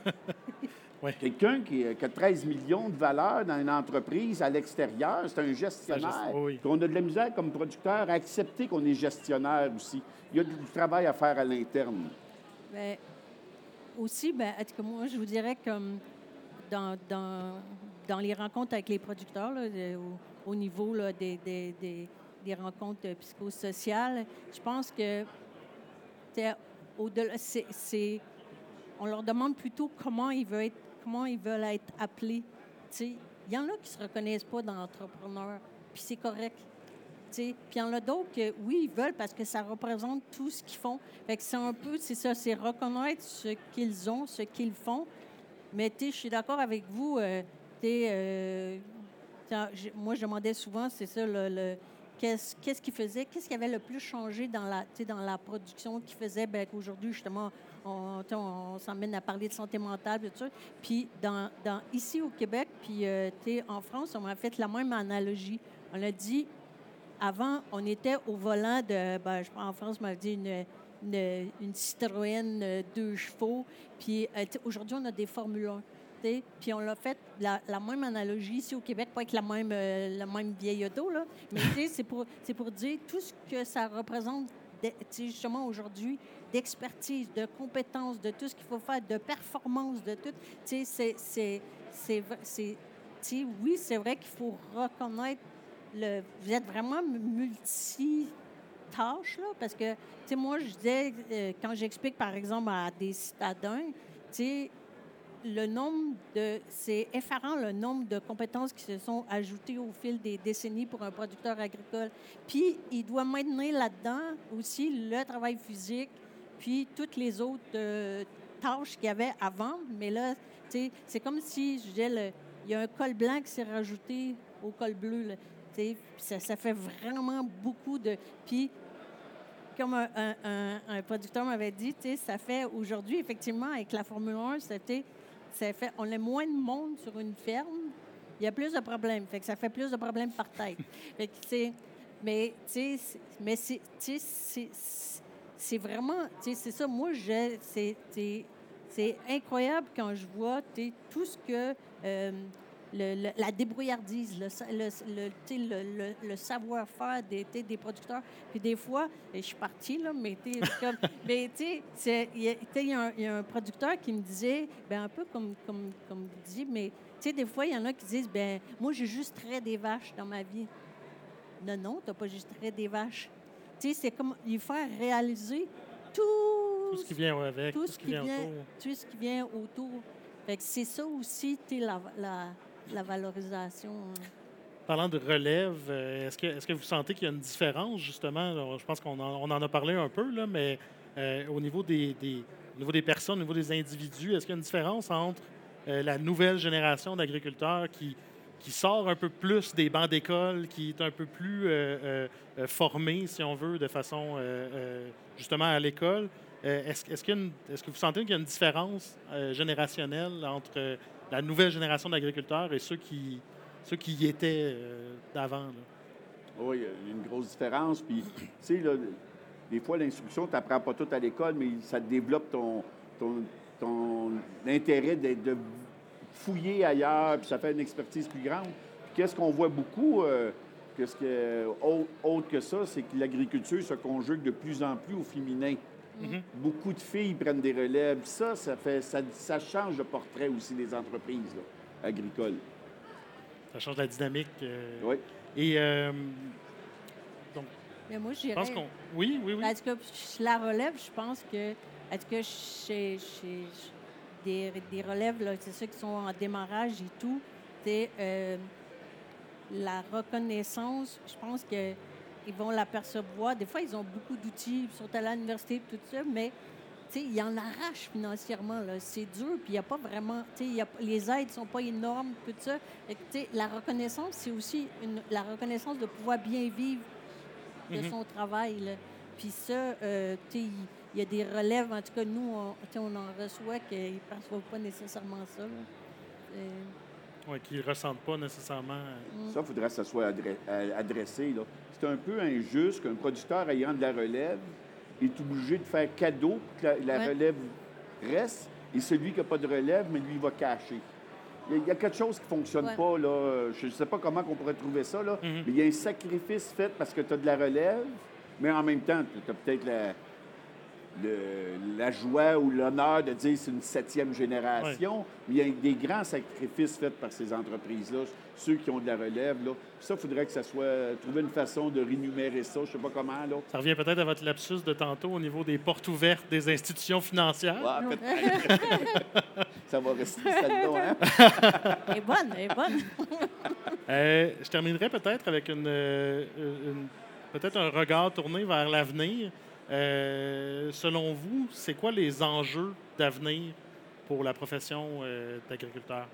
S2: Ouais.
S3: Quelqu'un qui a 13 millions de valeur dans une entreprise à l'extérieur, c'est un gestionnaire.
S2: Oui.
S3: Puis on a de la misère comme producteur à accepter qu'on est gestionnaire aussi. Il y a du travail à faire à l'interne.
S4: Bien, aussi, en tout cas, moi, je vous dirais que dans les rencontres avec les producteurs, là, au niveau là, des rencontres psychosociales, je pense que au-delà, on leur demande plutôt comment ils veulent être appelés. Il y en a qui ne se reconnaissent pas dans l'entrepreneur, puis c'est correct. Puis il y en a d'autres que, oui, ils veulent parce que ça représente tout ce qu'ils font. Fait que c'est un peu, c'est ça, c'est reconnaître ce qu'ils ont, ce qu'ils font. Mais je suis d'accord avec vous. Moi, je demandais souvent, c'est ça, qu'est-ce qui faisait, qu'est-ce qui avait le plus changé dans la production qui faisait qu'aujourd'hui, justement, on s'emmène à parler de santé mentale, tout ça. Puis ici au Québec, puis en France, on a fait la même analogie. On a dit, avant, on était au volant de, en France, on m'a dit une Citroën 2 chevaux. Puis aujourd'hui, on a des Formule 1. Puis on l'a fait la même analogie ici au Québec, pas avec la même vieille auto, là, mais c'est pour dire tout ce que ça représente justement aujourd'hui, d'expertise, de compétences, de tout ce qu'il faut faire, de performance, de tout. Oui, c'est vrai qu'il faut reconnaître vous êtes vraiment multitâche, là, parce que, moi, je disais, quand j'explique, par exemple, à des citadins, c'est effarant le nombre de compétences qui se sont ajoutées au fil des décennies pour un producteur agricole. Puis, il doit maintenir là-dedans aussi le travail physique, puis toutes les autres tâches qu'il y avait avant. Mais là, tu sais, c'est comme si, je disais, il y a un col blanc qui s'est rajouté au col bleu, là, tu sais, puis ça fait vraiment beaucoup de... Puis, comme un producteur m'avait dit, tu sais, ça fait aujourd'hui, effectivement, avec la Formule 1, on a moins de monde sur une ferme, il y a plus de problèmes. Fait que ça fait plus de problèmes par tête. Fait que, c'est vraiment, c'est ça. Moi, c'est incroyable quand je vois tout ce que la débrouillardise, le savoir-faire des producteurs. Puis des fois, je suis partie, là, mais il y a un producteur qui me disait, ben un peu comme vous disiez, mais des fois, il y en a qui disent, ben moi, j'ai juste trait des vaches dans ma vie. Non, tu n'as pas juste trait des vaches. C'est comme lui faire réaliser tout
S2: ce qui vient avec, tout ce qui vient autour.
S4: Tout ce qui vient autour. Fait que c'est ça aussi, la valorisation.
S2: Parlant de relève, est-ce que vous sentez qu'il y a une différence, justement? Alors, je pense qu'on en a parlé un peu, là, mais au niveau des personnes, au niveau des individus, est-ce qu'il y a une différence entre la nouvelle génération d'agriculteurs qui sort un peu plus des bancs d'école, qui est un peu plus formée, si on veut, de façon justement à l'école? Est-ce que vous sentez qu'il y a une différence générationnelle entre la nouvelle génération d'agriculteurs et ceux qui y étaient d'avant? Là?
S3: Oui, il y a une grosse différence. Puis, tu sais, là, des fois, l'instruction, tu n'apprends pas tout à l'école, mais ça développe ton intérêt de fouiller ailleurs, puis ça fait une expertise plus grande. Puis, qu'est-ce qu'on voit beaucoup, autre que ça, c'est que l'agriculture se conjugue de plus en plus au féminin. Mm-hmm. Beaucoup de filles prennent des relèves. Ça change le portrait aussi des entreprises là, agricoles.
S2: Ça change la dynamique.
S3: Oui.
S2: Et donc,
S4: mais moi, je dirais...
S2: pense qu'on... Oui.
S4: Parce que la relève, je pense que... Est-ce que chez des relèves, là, c'est ceux qui sont en démarrage et tout, c'est la reconnaissance, je pense que ils vont l'apercevoir. Des fois, ils ont beaucoup d'outils, ils sont allés à l'université, tout ça, mais ils en arrachent financièrement. Là. C'est dur, puis il n'y a pas vraiment... les aides ne sont pas énormes, tout ça. Et, la reconnaissance, c'est aussi la reconnaissance de pouvoir bien vivre de son travail. Là. Puis ça, il y a des relèves, en tout cas, nous, on en reçoit qu'ils ne perçoivent pas nécessairement ça.
S2: Oui, qu'ils ne ressentent pas nécessairement.
S3: Ça, il faudrait que ça soit adressé. Là. C'est un peu injuste qu'un producteur ayant de la relève est obligé de faire cadeau pour que la relève reste, et celui qui n'a pas de relève, mais lui, il va cacher. Il y a quelque chose qui ne fonctionne pas. Là. Je ne sais pas comment on pourrait trouver ça, là, mais il y a un sacrifice fait parce que tu as de la relève, mais en même temps, tu as peut-être la joie ou l'honneur de dire que c'est une 7e génération, mais il y a des grands sacrifices faits par ces entreprises-là, ceux qui ont de la relève. Là. Ça, il faudrait que ça soit... trouver une façon de rémunérer ça, je ne sais pas comment. Là.
S2: Ça revient peut-être à votre lapsus de tantôt au niveau des portes ouvertes des institutions financières.
S3: Ouais, peut-être. Ça va rester celle-là, hein?
S4: Elle est bonne.
S2: Je terminerai peut-être avec peut-être un regard tourné vers l'avenir. Selon vous, c'est quoi les enjeux d'avenir pour la profession d'agriculteur?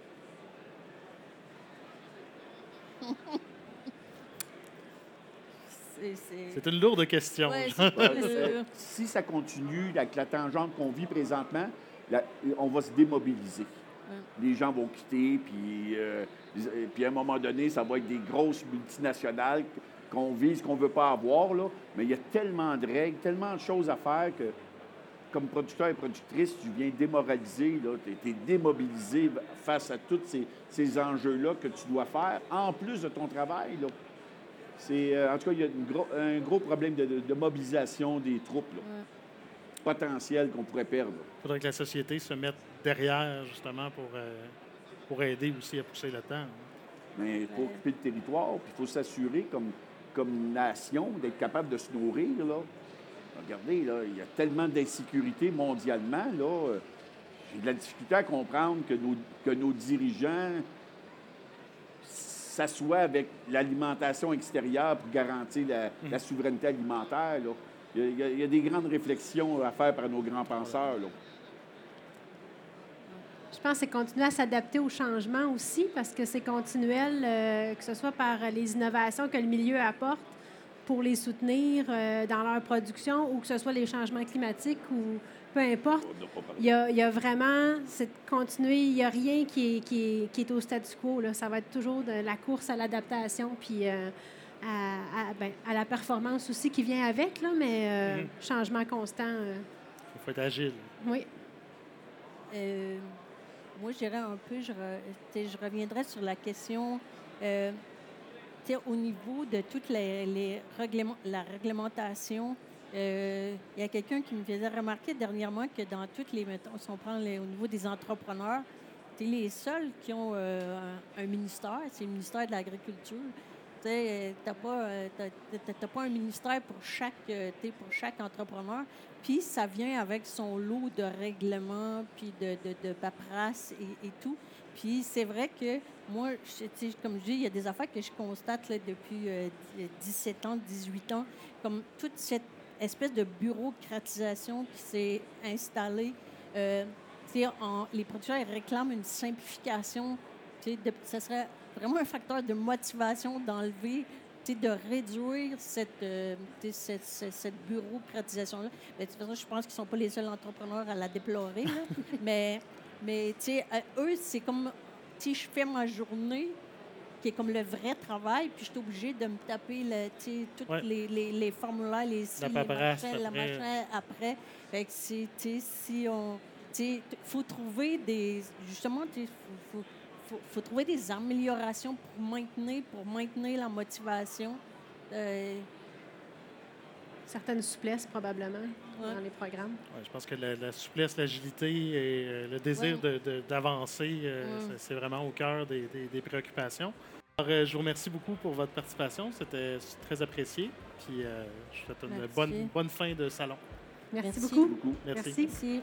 S2: C'est une lourde question.
S4: Ouais,
S3: si ça continue avec la tangente qu'on vit présentement, on va se démobiliser. Les gens vont quitter, puis à un moment donné, ça va être des grosses multinationales qu'on vise, qu'on ne veut pas avoir, là. Mais il y a tellement de règles, tellement de choses à faire que, comme producteur et productrice, tu viens démoraliser, tu es démobilisé face à tous ces enjeux-là que tu dois faire, en plus de ton travail. Là. En tout cas, il y a un gros problème de mobilisation des troupes potentielles qu'on pourrait perdre.
S2: Il faudrait que la société se mette derrière, justement, pour aider aussi à pousser le temps.
S3: Mais il faut occuper le territoire, puis il faut s'assurer, comme nation, d'être capable de se nourrir. Là. Regardez, là, il y a tellement d'insécurité mondialement. Là, j'ai de la difficulté à comprendre que nos dirigeants s'assoient avec l'alimentation extérieure pour garantir la souveraineté alimentaire. Là. Il y a des grandes réflexions à faire par nos grands penseurs. Là.
S5: Je pense que c'est continuer à s'adapter au changement aussi, parce que c'est continuel, que ce soit par les innovations que le milieu apporte pour les soutenir dans leur production, ou que ce soit les changements climatiques, ou peu importe. Il y a vraiment, c'est de continuer. Il n'y a rien qui est au statu quo. Là. Ça va être toujours de la course à l'adaptation, puis à la performance aussi qui vient avec, là, mais changement constant.
S2: Il faut être agile.
S5: Oui.
S4: Moi, je dirais un peu, je reviendrai sur la question au niveau de toute la réglementation. Il y a quelqu'un qui me faisait remarquer dernièrement que dans toutes les, si on prend au niveau des entrepreneurs, les seuls qui ont un ministère, c'est le ministère de l'Agriculture. Tu n'as pas un ministère pour chaque entrepreneur. Puis ça vient avec son lot de règlements, puis de paperasse et tout. Puis c'est vrai que moi, comme je dis, il y a des affaires que je constate là, depuis 17 ans, 18 ans, comme toute cette espèce de bureaucratisation qui s'est installée. Les producteurs ils réclament une simplification. Ça serait vraiment un facteur de motivation d'enlever, de réduire cette bureaucratisation-là. De toute façon, je pense qu'ils ne sont pas les seuls entrepreneurs à la déplorer. Là. mais eux, c'est comme, je fais ma journée, qui est comme le vrai travail, puis je suis obligée de me taper tous les formulaires,
S2: la paperasse
S4: la machin après. Fait que si on... Il faut trouver des... Justement, faut trouver des améliorations pour maintenir la motivation.
S5: Certaines souplesses, probablement, dans les programmes.
S2: Ouais, je pense que la souplesse, l'agilité et le désir d'avancer, c'est vraiment au cœur des préoccupations. Alors, je vous remercie beaucoup pour votre participation. C'était très apprécié. Puis, je vous souhaite une bonne fin de salon.
S5: Merci beaucoup.
S2: Merci.
S4: Merci.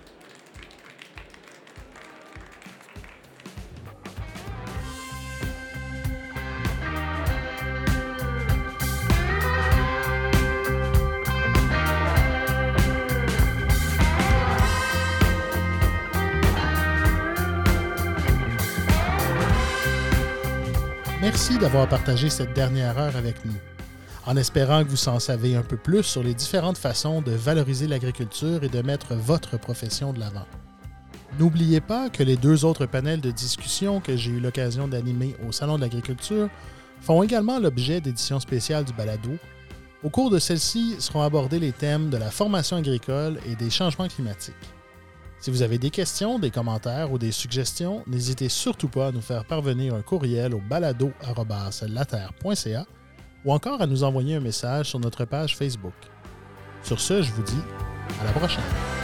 S1: Merci d'avoir partagé cette dernière heure avec nous, en espérant que vous en savez un peu plus sur les différentes façons de valoriser l'agriculture et de mettre votre profession de l'avant. N'oubliez pas que les 2 autres panels de discussion que j'ai eu l'occasion d'animer au Salon de l'agriculture font également l'objet d'éditions spéciales du balado. Au cours de celles-ci seront abordés les thèmes de la formation agricole et des changements climatiques. Si vous avez des questions, des commentaires ou des suggestions, n'hésitez surtout pas à nous faire parvenir un courriel au balado@laterre.ca ou encore à nous envoyer un message sur notre page Facebook. Sur ce, je vous dis à la prochaine.